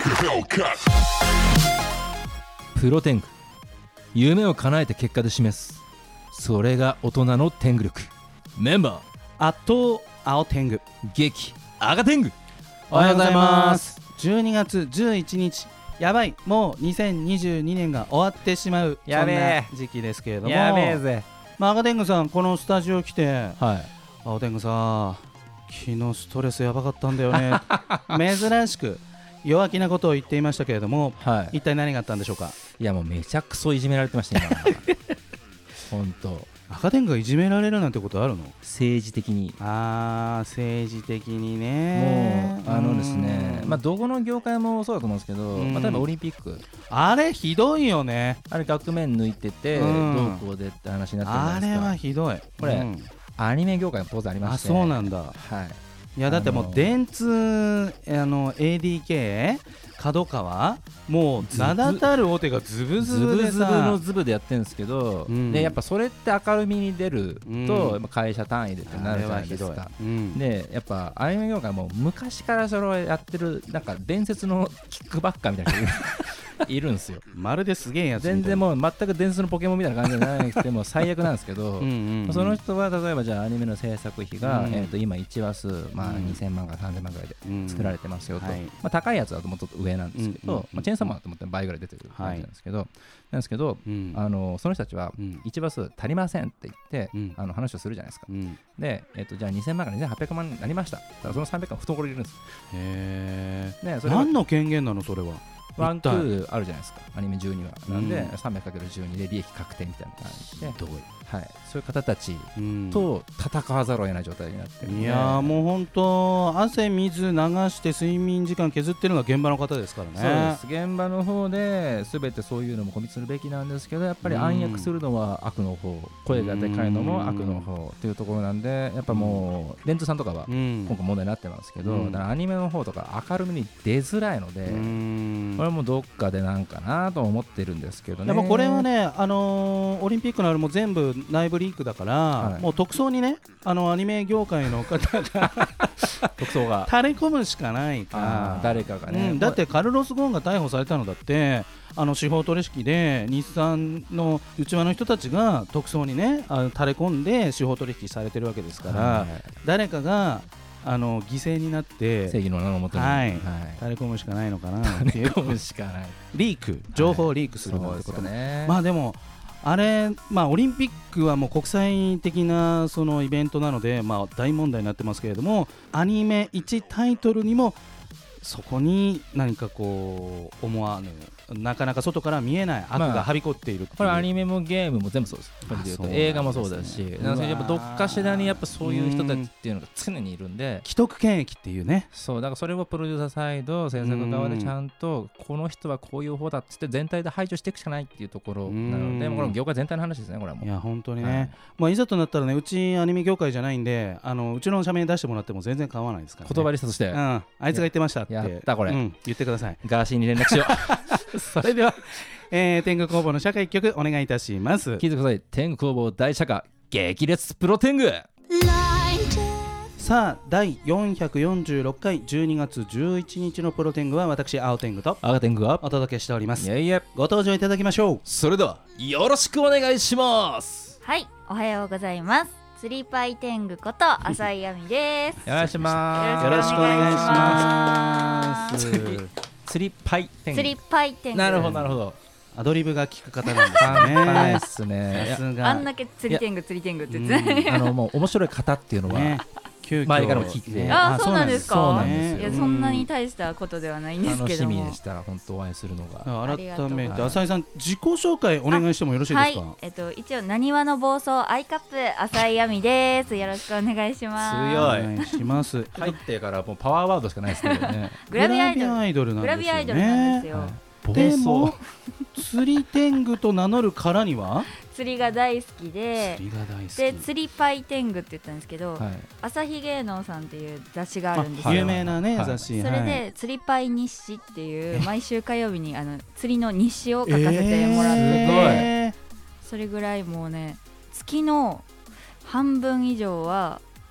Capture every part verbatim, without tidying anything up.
プロテング、夢を叶えて結果で示す、それが大人の天狗力。メンバー圧倒青天狗、 激赤天狗。 おはようございます。じゅうにがつじゅういちにち、やばい、もうにせんにじゅうにねんが終わってしまう、 やべえそんな時期ですけれども、 やべえぜ。 まあ、赤天狗さん、このスタジオ来て、 はい、 青天狗さ、昨日ストレスやばかったんだよね珍しく弱気なことを言っていましたけれども、はい、一体何があったんでしょうか。 いやもうめちゃくそいじめられてました今本当。 赤天狗がいじめられるなんてことあるの？ 政治的に。 あー、政治的にね。 もうあのですね、まあ、どこの業界もそうだと思うんですけど、まあ、例えばオリンピック、 あれひどいよね。 あれ額面抜いてて、どうこうでって話になってるじゃないですか。 あれはひどい。 これ、うん、アニメ業界も当然ありまして。 あ、そうなんだ。はい。いやだってもう電通、あの エーディーケー、角川、もう名だたる大手がズブズブでさ、 ズブズブのズブでやってるんですけど、うん、でやっぱそれって明るみに出ると、うん、会社単位でってなるじゃないですか、うん、でやっぱアニメ業界も昔からそれをやってるなんか伝説のキックバッカーみたいな人いるんですよ。 まるですげえやつみたいな。 全然もう全く伝説のポケモンみたいな感じじゃなくてもう最悪なんですけどうんうん、うん、その人は例えばじゃあアニメの制作費が、うん、えー、と今いちわす、まあ、にせんまんからさんぜんまんぐらいで作られてますよと、うん、はい、まあ、高いやつだともっと上なんですけど、うんうん、まあ、チェーンソーマンだと思って倍ぐらい出てる感じなんですけど、はい、なんですけど、うん、あのその人たちはいちわす足りませんって言って、うん、あの話をするじゃないですか、うん、で、えー、とじゃあにせんまんからにせんはっぴゃくまんになりました。だからそのさんびゃくまん懐入れるんです。 へー、ね、それ何の権限なのそれは。 ワンクールあるじゃないですか、アニメじゅうにわなんで、うん、さんびゃくかけるじゅうに で利益確定みたいな感じで、はい、そういう方たちと戦わざるを得ない状態になってるんで、 いやーもう本当汗水流して睡眠時間削ってるのが現場の方ですからね。 そうです、現場の方で全てそういうのも込みするべきなんですけど、やっぱり暗躍するのは悪の方、声がでかいのも悪の方っていうところなんで、やっぱもう電通さんとかは今回問題になってますけど、だからアニメの方とか明るみに出づらいので、これもどっかでなんかなと思ってるんですけどね。 でもこれはね、あのー、オリンピックのあれも全部内部リークだから、はい、もう特捜にね、あのアニメ業界の方が特捜が垂れ込むしかないか。 誰かがね、 うん、だってカルロス・ゴーンが逮捕されたのだってあの司法取引で日産の内輪の人たちが特捜にねあの垂れ込んで司法取引されてるわけですから、はい、誰かがあの犠牲になって正義の名のもとに、 はいはい、垂れ込むしかないのかな垂れ込むしかないリーク、情報リークするなんてことね、はい、まあでもあれ、まあ、オリンピックはもう国際的なそのイベントなので、まあ、大問題になってますけれども、アニメいちタイトルにもそこに何かこう思わぬなかなか外から見えない悪がはびこっているっていう、 まあ、これアニメもゲームも全部そうです。これで言うと映画もそうだし、なんかやっぱどっかしらにやっぱそういう人たちっていうのが常にいるんで、 既得権益っていうね。 そうだからそれをプロデューサーサイド制作側でちゃんとこの人はこういう方だっつって全体で排除していくしかないっていうところなので、これも業界全体の話ですね。これはもういや本当にね、はい、まあ、いざとなったらね、うちアニメ業界じゃないんで、あのうちの社名出してもらっても全然構わないですから、ね、 言葉リストとして、 うん、あいつが言ってましたってやったこれ、 うん、言ってください。 ガーシーに連絡しようそれでは、えー、天狗工房の社会曲お願いいたします。 聞いてください。天狗工房大社歌激烈プロ天狗。 さあだいよんひゃくよんじゅうろっかいじゅうにがつじゅういちにちのプロ天狗は私青天狗と赤天狗がお届けしております。 いえいえ、 ご登場いただきましょう。 それではよろしくお願いします。 はい、おはようございます。釣りパイ天狗こと浅井亜美です。 よろしくお願いします。 よろしくお願いします。 釣りパイ天狗、 釣りパイ天狗。 なるほどなるほど、 アドリブが効く方なんですね。 ないですね。 さすがあんだけ釣り天狗釣り天狗って言ってあのもう面白い方っていうのは、ね、前からも聞いて、ね、 ああそうなんですか。 そうなんですよ。 いやそんなに大したことではないんですけども、 楽しみでした本当お会いするのが。 改めて浅井さん自己紹介お願いしてもよろしいですか。 はい、えっと一応なにわの暴走アイカップ浅井亜美です。よろしくお願いします。 強い。 お願いします。 入ってからもうパワーワードしかないですけどね。 グラビアアイドルなんですよね。 グラビアアイドルなんですよ。はい、 でも釣り天狗と名乗るからには釣りが大好きで、 釣りが大好きで釣りパイ天狗って言ったんですけど、はい、朝日芸能さんっていう雑誌があるんですよ。 有名なね、はい、雑誌。 それで釣りパイ日誌っていう毎週火曜日にあの釣りの日誌を書かせてもらってて、えー、それぐらいもうね月の半分以上は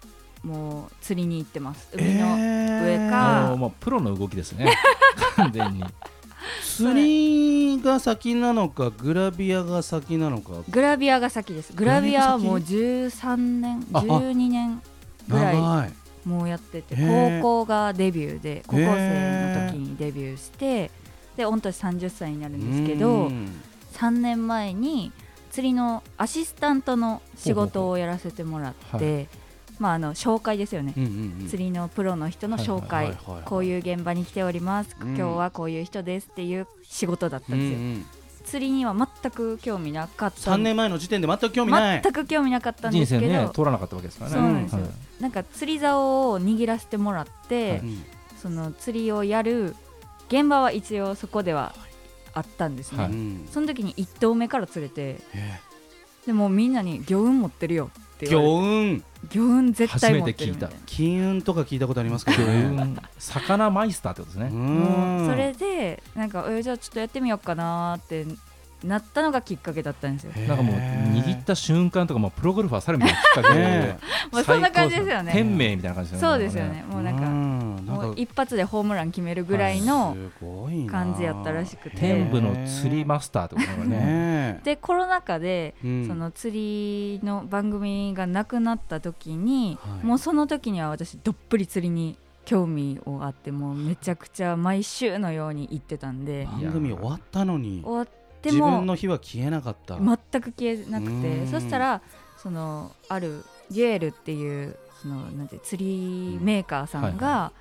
もう釣りに行ってます。海の上か、 えー、もうプロの動きですね完全に。 釣りが先なのかグラビアが先なのか。 グラビアが先です。グラビアはもうじゅうさんねんじゅうにねんぐらいもうやってて、高校がデビューで高校生の時にデビューして、で御年さんじゅっさいになるんですけど、さんねんまえに釣りのアシスタントの仕事をやらせてもらって、はい、まあ、あの紹介ですよね、うんうんうん、釣りのプロの人の紹介、はいはいはいはい、こういう現場に来ております、うん、今日はこういう人ですっていう仕事だったんですよ、うんうん、釣りには全く興味なかった。 さんねんまえの時点で全く興味ない。 全く興味なかったんですけど、 人生ね通らなかったわけですからね。 そうなんですよ、はい、なんか釣り竿を握らせてもらって、はい、その釣りをやる現場は一応そこではあったんですね、はい、その時にいっとうめから釣れて、でもみんなに魚運持ってるよって言われて。 魚運魚運絶対持ってるみたいな。 金運とか聞いたことありますけどね魚マイスターってことですね。 もうそれでなんかえじゃあちょっとやってみようかなってなったのがきっかけだったんですよ。 なんかもう握った瞬間とかもうプロゴルファーされみたいなきっかけでまあそんな感じですよね。 天命みたいな感じですよね。そうですよね。もうなんかもう一発でホームラン決めるぐらいの感じやったらしくて、 天部の釣りマスターってことがね。 でコロナ禍でその釣りの番組がなくなった時に、もうその時には私どっぷり釣りに興味をあって、もうめちゃくちゃ毎週のように行ってたんで。 番組終わったのに終わって自分の火は消えなかった。 全く消えなくて、そしたらそのあるデュエルっていうそのなんて釣りメーカーさんが、はい、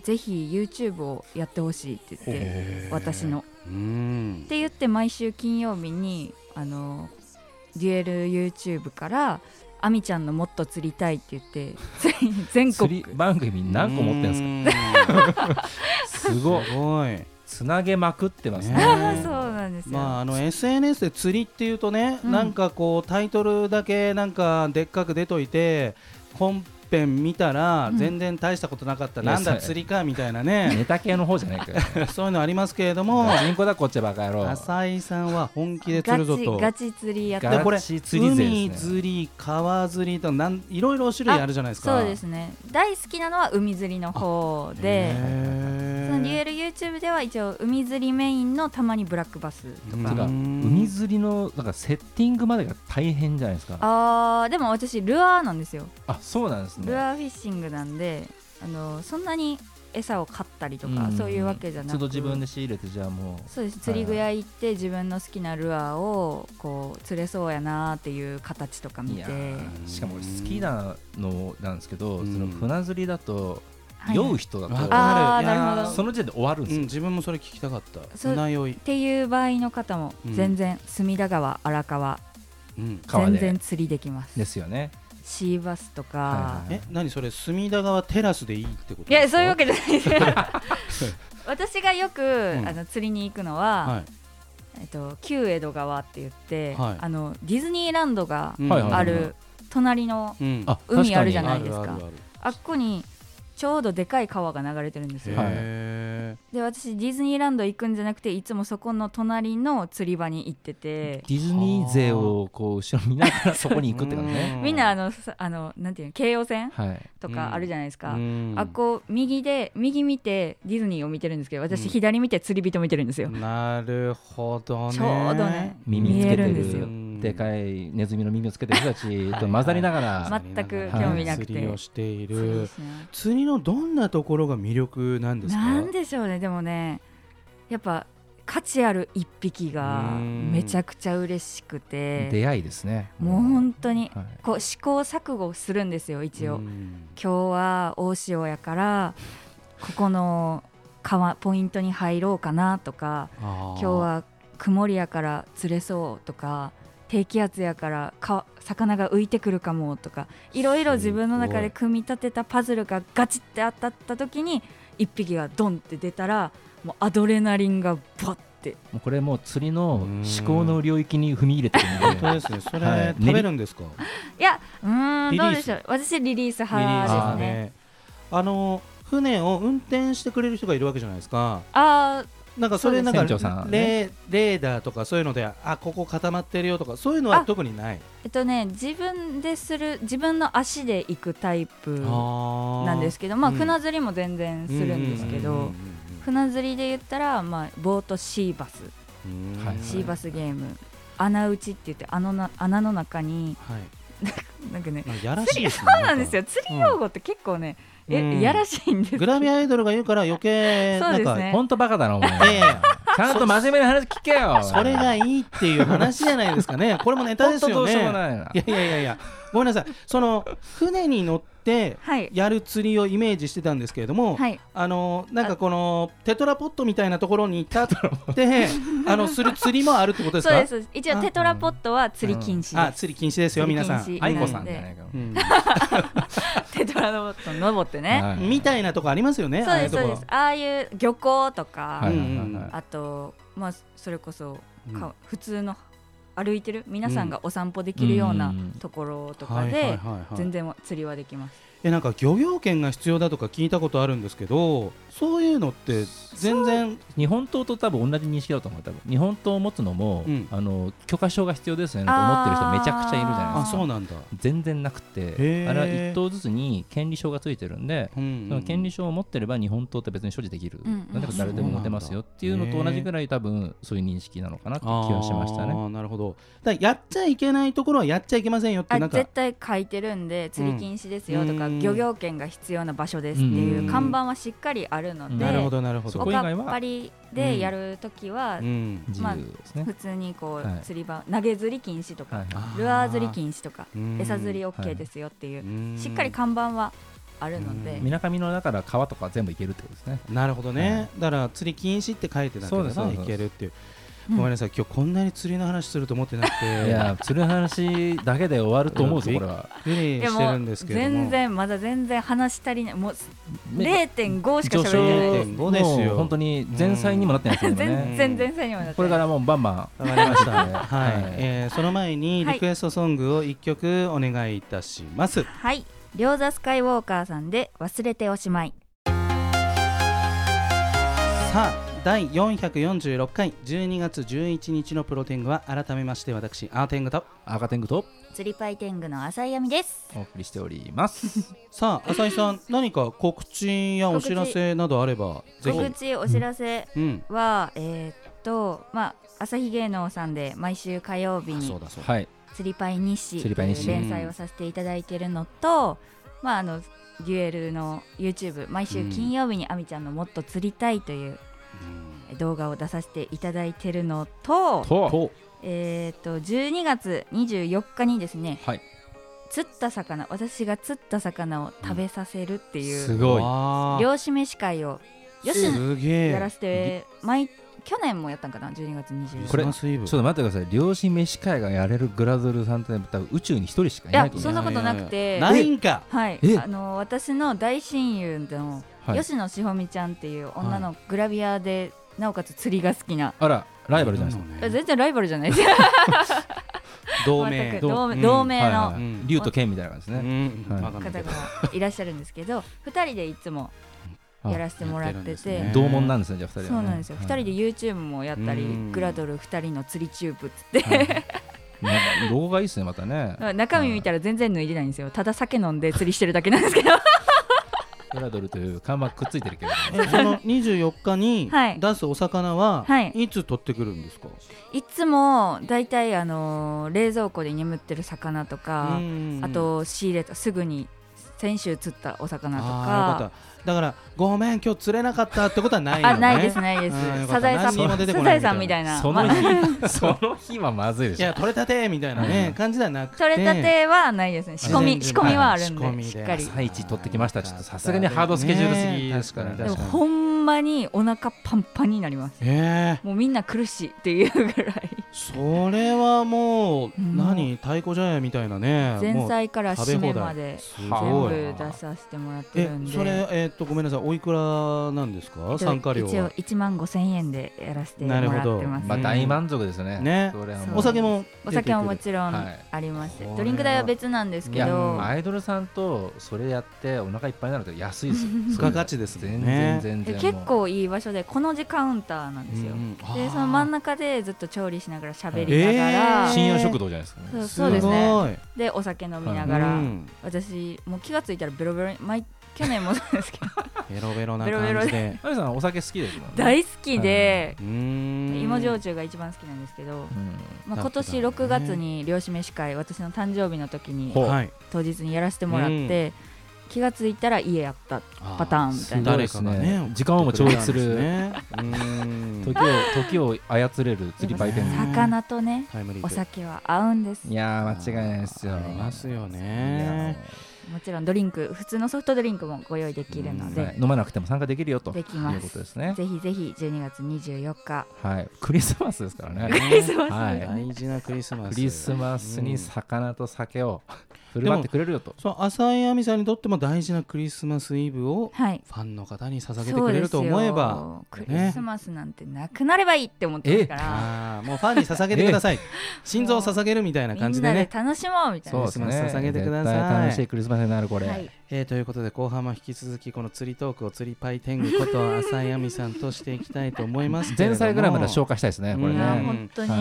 ぜひ YouTube をやってほしいって言って私のうんって言って毎週金曜日にあのデュエル YouTube からあみちゃんのもっと釣りたいって言って全国釣り番組何個持ってんですかすごいつなげまくってますね。 そうなんですよ。 まあ、あの エスエヌエス で釣りっていうとね、うん、なんかこうタイトルだけなんかでっかく出といて本編見たら全然大したことなかった、うん、なんだ釣りかみたいなねネタ系の方じゃないかそういうのありますけれども、 人口だこっちばか野郎。 浅井さんは本気で釣るぞとガチ、ガチ釣りやってでこれ海釣り川釣りとなんいろいろ種類あるじゃないですか。 そうですね。大好きなのは海釣りの方で、そのデュエル YouTube では一応海釣りメインのたまにブラックバスとか、 海釣りのなんかセッティングまでが大変じゃないですか。 あーでも私ルアーなんですよ。 あ、そうなんですね。 ルアーフィッシングなんで、あのそんなに餌を買ったりとか、うん、そういうわけじゃなく、 都度自分で仕入れて、じゃあもうそうです、釣り具屋行って自分の好きなルアーをこう釣れそうやなっていう形とか見て、 しかも好きなのなんですけど、うん、その船釣りだと酔う人だと、 あーなるほど、 その時点で終わるんですよ、うん、 自分もそれ聞きたかった。船酔いっていう場合の方も全然、うん、隅田川荒川、うん、全然釣りできますですよね。 シーバスとか、はいはい、 え何それ隅田川テラスでいいってことですか？いやそういうわけじゃないです私がよく、うん、あの釣りに行くのは、はい、えっと、旧江戸川って言って、はい、あのディズニーランドがある隣の海あるじゃないですか。あっこにちょうどでかい川が流れてるんですよ。で私ディズニーランド行くんじゃなくて、いつもそこの隣の釣り場に行ってて、 ディズニー勢をこう後ろ見ながらそこに行くって感じねみんなあのあのなんていうの、京葉線、はい、とかあるじゃないですか。あっこ右で右見てディズニーを見てるんですけど、私左見て釣り人見てるんですよ。 なるほどね。 ちょうどね耳見えるんですよ。 でかいネズミの耳をつけてる人たちと混ざりながら全く興味なくて、 釣りをしている。釣りのどんなところが魅力なんですか？ なんでしょうね。でもね、やっぱ価値ある一匹がめちゃくちゃ嬉しくて、 出会いですね。 もう本当にこう試行錯誤するんですよ。一応今日は大潮やからここの川ポイントに入ろうかなとか、今日は曇りやから釣れそうとか、低気圧やからか魚が浮いてくるかもとか、いろいろ自分の中で組み立てたパズルがガチって当たった時に一匹がドンって出たら、もうアドレナリンがバッて、 もうこれもう釣りの思考の領域に踏み入れてるんで本当ですね。それ、はい、食べるんですか？ いや、うーんどうでしょう。私リリース派ですね。 あの船を運転してくれる人がいるわけじゃないですか。 あーなんかそれなんか、 ね、 レ, レーダーとかそういうのであここ固まってるよとかそういうのは特にない。 えっとね自分でする自分の足で行くタイプなんですけど、まあ、うん、船釣りも全然するんですけど、船釣りで言ったら、まあ、ボートシーバス、シーバスゲーム、穴打ちって言ってあのな穴の中に、はい、なんかねやらしいですね。 そうなんですよ、釣り用語って結構ね、うん、えやらしいんです。 グラビアアイドルが言うから余計なんか本当バカだなお前。えーちゃんと真面目な話聞けよ。 それがいいっていう話じゃないですかね。これもネタですよね。 どうしようもないな。 いやいやいやいやごめんなさい。その船に乗ってやる釣りをイメージしてたんですけれども、はい、あのなんかこのテトラポットみたいなところに立ってあのする釣りもあるってことですか。 そうです。一応テトラポットは釣り禁止です。 あ、釣り禁止ですよ皆さん。 愛子さんじゃないか、うん、 テトラポット登ってね、 はい、みたいなとこありますよね。 そうですそうです。ああいう漁港とか、 はいはいはいはい、 あとまあそれこそか、うん、普通の歩いてる皆さんがお散歩できるようなところとかで全然釣りはできます。 えなんか漁業権が必要だとか聞いたことあるんですけど、そういうのって全然日本刀と多分同じ認識だと思う。多分日本刀を持つのも、うん、あの許可証が必要ですよねと思ってる人めちゃくちゃいるじゃないですか。 あ、そうなんだ。 全然なくて、あれは一刀ずつに権利証がついてるんで、うんうん、その権利証を持ってれば日本刀って別に所持できる、うんうん、だから誰でも持てますよっていうのと同じぐらい多分そういう認識なのかなって気はしましたね。 あ、なるほど。だからやっちゃいけないところはやっちゃいけませんよってなんか絶対書いてるんで釣り禁止ですよとか、うん、漁業権が必要な場所ですっていう看板はしっかりあるので、 なるほどなるほど。 おかっぱりでやるときは、うんまあね、普通にこう、はい、釣り場投げ釣り禁止とか、はい、ルアー釣り禁止とか餌釣り OK ですよっていう、はい、しっかり看板はあるので、 みなかみのだから川とか全部行けるってことですね。 なるほどね、はい、だから釣り禁止って書いてなければ行けるっていう。ごめんなさい、今日こんなに釣りの話すると思ってなくて、 いや釣りの話だけで終わると思うぞこれは。 びっくりしてるんですけども、 全然まだ全然話足りない。もう れいてんご しか喋れてない。 れいてんご ですよ。 本当に前菜にもなってないですよね。 全然前菜にもなってない。 これからもうバンバンわかりました、ねはいえー、その前にリクエストソングをいっきょくお願いいたします。 はい、両座スカイウォーカーさんで忘れておしまい。 さあだいよんひゃくよんじゅうろっかいじゅうにがつじゅういちにちのプロテングは改めまして私アーテングと赤テングと釣りパイテングの浅井亜美ですお送りしておりますさあ浅井さん何か告知やお知らせなどあればぜひ。 告知お知らせは、うん、えー、っとまあ朝日芸能さんで毎週火曜日にそうだそうだ、はい、 釣りパイ日誌連載をさせていただいているのと、うん、まああのデュエルの YouTube 毎週金曜日に亜美ちゃんのもっと釣りたいという動画を出させていただいているの と, と,、えー、とじゅうにがつにじゅうよっかにですね、はい、釣った魚私が釣った魚を食べさせるっていう、 すごい漁師飯会をよしやらせて毎去年もやったんかなじゅうにがつにじゅうよっか。 これちょっと待ってください。漁師飯会がやれるグラドルさんって多分宇宙に一人しかいないと思う。 いやそんなことなくてないんか、 はい、あの私の大親友の吉野しほみちゃんっていう女のグラビアでなおかつ釣りが好きな、 あらライバルじゃないですか。 全然ライバルじゃないです同盟同盟同盟の龍と剣みたいな感じですね、 方がいらっしゃるんですけどふたりでいつもやらせてもらってて、 同門なんですね。じゃあふたりはそうなんですよ。ふたりで YouTube もやったりグラドルふたりの釣りチューブっつって動画がいいですね。またね中身見たら全然脱いでないんですよ。ただ酒飲んで釣りしてるだけなんですけどグラドルという看板くっついてるけど、 ね、そのにじゅうよっかに出すお魚はいつ取ってくるんですか。はい、 いつもだいたいあの冷蔵庫で眠ってる魚とか、あと仕入れたすぐに先週釣ったお魚とか。 だからごめん今日釣れなかったってことはないよね。 あ、ないですないです。サザエさんサザエさんみたいな。 その日その日はまずいでしょ。 いや取れたてみたいなね、うん、感じではなくて。 取れたてはないですね。仕込み仕込みはあるんでしっかり。 朝一取ってきました。ちょっとさすがにハードスケジュールすぎですからね。 でもほんまにお腹パンパンになります。えー、もうみんな苦しいっていうぐらい。 それはもう何何太鼓茶屋みたいなね、 前菜から締めまで全部出させてもらってるんで。 えそれ、えー、っとごめんなさい、おいくらなんですか、参加料は。 一応いちまんごせんえんでやらせてもらってます。 まあ、大満足ですね。 ね、 それはもうお酒もお酒ももちろんあります、はい、ドリンク代は別なんですけど、 アイドルさんとそれやってお腹いっぱいになると安いですよ。 付加価値ですね。 全然全然結構いい場所でこの字カウンターなんですよ、うん、でその真ん中でずっと調理しながら喋りながら、 えー、深夜食堂じゃないですかね。 そう、そうですね。でお酒飲みながら、うん、私もう気がついたらベロベロ毎去年もそうですけどベロベロな感じで。 あゆさんお酒好きですもんね。 大好きで、はい、芋焼酎が一番好きなんですけど、うんまあ、今年ろくがつに漁師飯会、私の誕生日の時に当日にやらせてもらって、気がついたら家やったパターンみたいな。 誰かがね、時間をも超越する、ね、時を時を操れる釣りパイセン。 魚とねお酒は合うんです。 いやー間違いないですよ。 ありますよね。 もちろんドリンク、普通のソフトドリンクもご用意できるので、 はい、飲まなくても参加できるよとできます。 いうことですね。 ぜひぜひじゅうにがつにじゅうよっか、 はい、クリスマスですからね。 クリスマス、 はい、大事なクリスマス。 クリスマスに魚と酒を振る舞ってくれるよと。 そう、浅井亜美さんにとっても大事なクリスマスイブをファンの方に捧げてくれると思えば、 はい、クリスマスなんてなくなればいいって思ってますから、 あもうファンに捧げてください心臓を捧げるみたいな感じでね、 みんなで楽しもうみたいな、 クリスマス捧げてください。 絶対楽しいクリスマスになるこれ、 はい、 えー、ということで後半も引き続きこの釣りトークを釣りパイテングこと浅井亜美さんとしていきたいと思いますけれども、 前菜ぐらいまで消化したいですねこれね。 本当に、はい、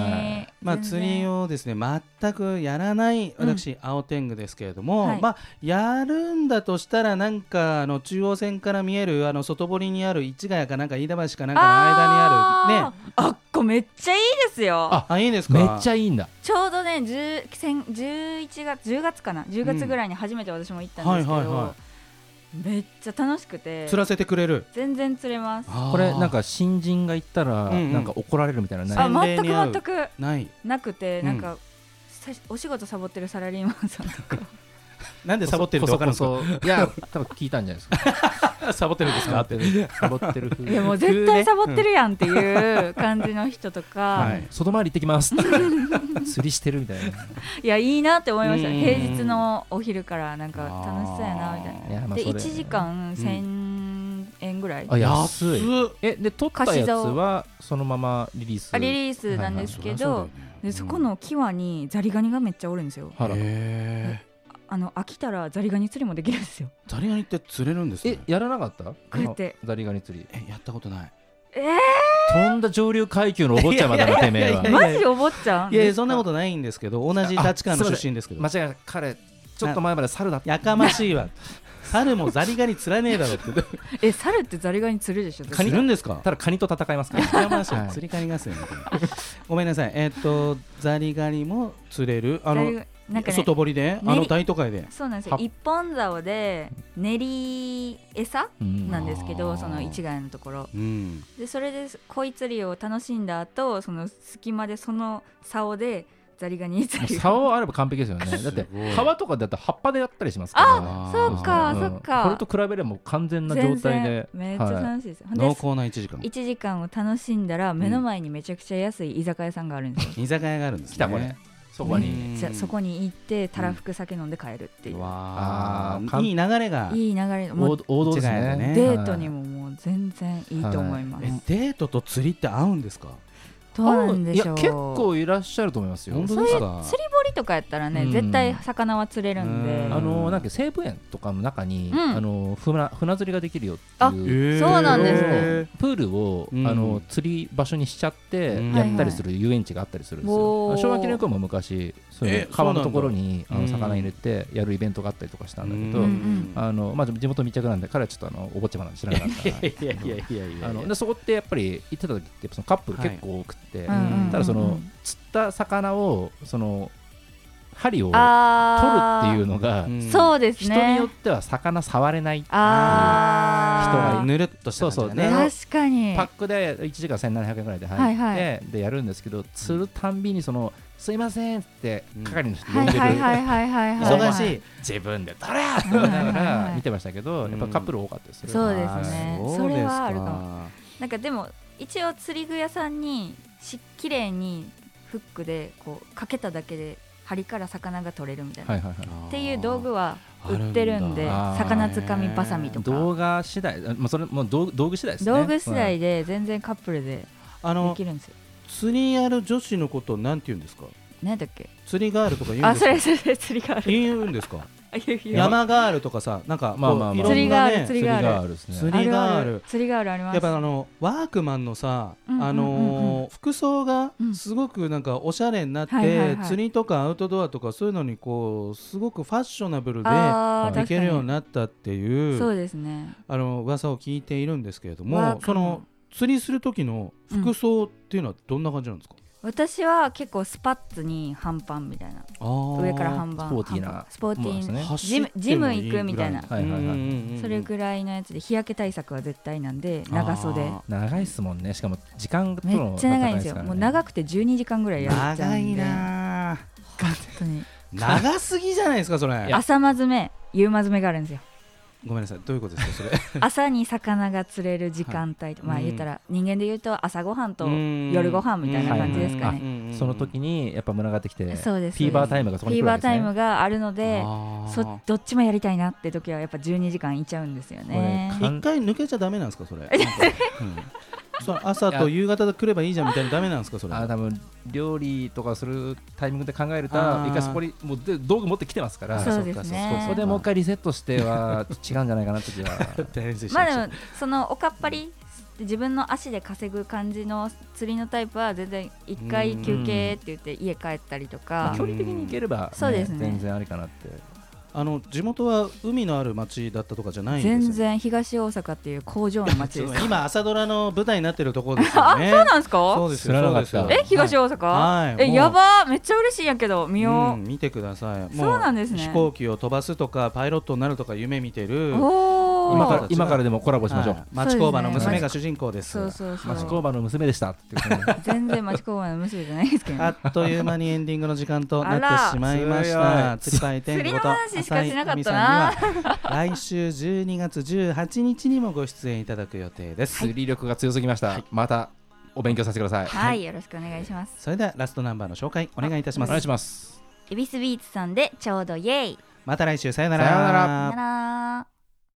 まあ、釣りをですね全くやらない私、うん、青天狗ですけれども、はい、まあ、やるんだとしたらなんかあの中央線から見えるあの外堀にある市ヶ谷かなんか飯田橋かなんかの間にあるね、 あっこめっちゃいいですよ。 ああいいですか。 めっちゃいいんだ。 ちょうどねじゅういちがつじゅうがつかなじゅうがつぐらいに初めて私も行ったんですけど、うんはいはいはい、めっちゃ楽しくて釣らせてくれる。 全然釣れます。 これなんか新人が行ったらなんか怒られるみたいなのない？ あ全く全くないなくて、なんか、うん、お仕事サボってるサラリーマンさんとかなんでサボってるって分かるんですか。 いや多分聞いたんじゃないですかサボってるんですかってサボってるいやもう絶対サボってるやんっていう感じの人とか、 はい、外回り行ってきます釣りしてるみたいな。いやいいなって思いました。平日のお昼からなんか楽しそうやなみたいな。まあ、でいちじかんせんえんぐらい、 うん、あ安い。えで撮ったやつはそのままリリース。 あリリースなんですけど、はいはい、そ, でそこの際にザリガニがめっちゃおるんですよ。 へー。 あの飽きたらザリガニ釣りもできるんですよ。 ザリガニって釣れるんですか。 えやらなかった？ こうやってザリガニ釣り。 えやったことない。 えー、とんだ上流階級のお坊ちゃまだなてめえは。 マジお坊ちゃん。 いやいやそんなことないんですけど、同じ立川の出身ですけど。 間違いない。彼ちょっと前まで猿だった。 やかましいわ。猿もザリガニ釣らねえだろって。 え猿ってザリガニ釣るでしょ。 カニ釣るんですか。 ただカニと戦いますから。 やかましい。釣りカニがすよね。ごめんなさい。えっとザリガニも釣れる。あのなんかね、外堀であの大都会で。 そうなんですよ。一本竿で練り餌なんですけど、その市ヶ谷のところ、うん、でそれで鯉釣りを楽しんだ後、その隙間でその竿でザリガニ釣り。 竿あれば完璧ですよね。だって川とかだったら葉っぱでやったりしますから。 あ、そうかそうか。 これと比べればもう完全な状態でめっちゃ楽しいです。 はい、濃厚ないちじかん。 いちじかんを楽しんだら目の前にめちゃくちゃ安い居酒屋さんがあるんですよ。 居酒屋があるんですね。 来たこれ。そこにじゃそこに行ってたらふく酒飲んで帰るっていう、うん、 わあいい流れがいい流れもう王道ですね。 デートにももう全然いいと思います。 はい、えデートと釣りって合うんですか。 どうなんでしょう。 いや結構いらっしゃると思いますよ。 本当ですか。 釣り堀とかやったらね、うん、絶対魚は釣れるんで、 あのなんか西武園とかの中に、うん、あの船船釣りができるよっていう。 あ、そうなんですね。 プールを、うん、あの釣り場所にしちゃってやったりする遊園地があったりするんですよ。はいはい、昭和記念公園も昔そういう川のところにあの魚入れてやるイベントがあったりとかしたんだけど、あのまあ地元密着なんで彼はちょっとあのお坊ちゃまなんで知らなかったな。いやいやいやいや。あのでそこってやっぱり行ってた時ってそのカップル結構多くて、はい、ただその釣った魚をその針を取るっていうのが、 そうですね、 人によっては魚触れないっていう人がぬるっとした感じだね。 そうそう、確かにパックでいちじかんせんななひゃくえんぐらいで入って、はいはい、でやるんですけど、釣るたんびにそのすいませんって係の人呼んでる、 忙しい自分で取れって言いながら見てましたけど、やっぱカップル多かったです。 そうですね、それはあるかも。なんかでも一応釣り具屋さんにしきれいにフックでこうかけただけで針から魚が取れるみたいな、はいはいはい、っていう道具は売ってるんで、魚つかみバサミとか動画次第、まあ、それもう道具次第ですね。 道具次第で全然カップルでできるんですよ。 釣りやる女子のことなんて言うんですか？ 何だっけ？ 釣りガールとか言うんですか？ あ、それそれ釣りガール言うんですか？山ガールとかさ、なんかまあまあまあ釣りガール釣りガール釣りガール釣りガールあります。 やっぱあのワークマンのさ、あの服装がすごくなんかおしゃれになって、釣りとかアウトドアとかそういうのにこうすごくファッショナブルでいけるようになったっていうそうですね、 あの噂を聞いているんですけれども、その釣りする時の服装っていうのはどんな感じなんですか？ 私は結構スパッツに半パンみたいな、上から半パン、 スポーティーなスポーティーな、ジム、ジム行くみたいな、 はいはいはい、 それぐらいのやつで日焼け対策は絶対なんで、長袖長いっすもんね。しかも時間とのめっちゃ長いんですよ、ね、もう長くてじゅうにじかんぐらいやっちゃうんで。 長いな本当に長すぎじゃないですかそれ。 朝まずめ夕まずめがあるんですよ。 ごめんなさい、どういうことですかそれ朝に魚が釣れる時間帯と、はい、まあ言ったら人間で言うと朝ごはんと夜ごはんみたいな感じですかね。 その時にやっぱ群がってきて、 そうです、 フィーバータイムがそこに来るわけですね。 フィーバータイムがあるので、そどっちもやりたいなって時はやっぱじゅうにじかんいちゃうんですよね。 一回抜けちゃダメなんですかそれうんその朝と夕方で来ればいいじゃんみたいなダメなんですかそれ。 あ、多分料理とかするタイミングで考えると一回そこにもう道具持ってきてますから、 そうですね、 そこでもう一回リセットしては違うんじゃないかなって気はまあでもそのおかっぱり自分の足で稼ぐ感じの釣りのタイプは全然一回休憩って言って家帰ったりとか、 まあ、距離的に行ければ、ね、 そうですね、 全然ありかなって。 あの地元は海のある町だったとかじゃないんですよ。 全然東大阪っていう工場の町です今朝ドラの舞台になってるところですよね。 あ、そうなんですか？ そうですよ、そうですよ。 え、東大阪、 はい、 え、やばー、めっちゃ嬉しいんやけど見よう、 うん、見てください。もうそうなんですね。 飛行機を飛ばすとかパイロットになるとか夢見てる今から、今からでもコラボしましょう、はい、 町工場の娘が主人公です。 そうそうそう、 町工場の娘でしたって全然町工場の娘じゃないですけど、ね、 あっという間にエンディングの時間となってしまいました。釣りパイ天狗と話しかしなかったな。 来週じゅうにがつじゅうはちにちにもご出演いただく予定です。 釣り力が強すぎました、はい、またお勉強させてください。 はい、よろしくお願いします。 それではラストナンバーの紹介お願いいたします。 お願いします。 エビスビーツさんでちょうどイエイ。 また来週、さよなら。 さよなら。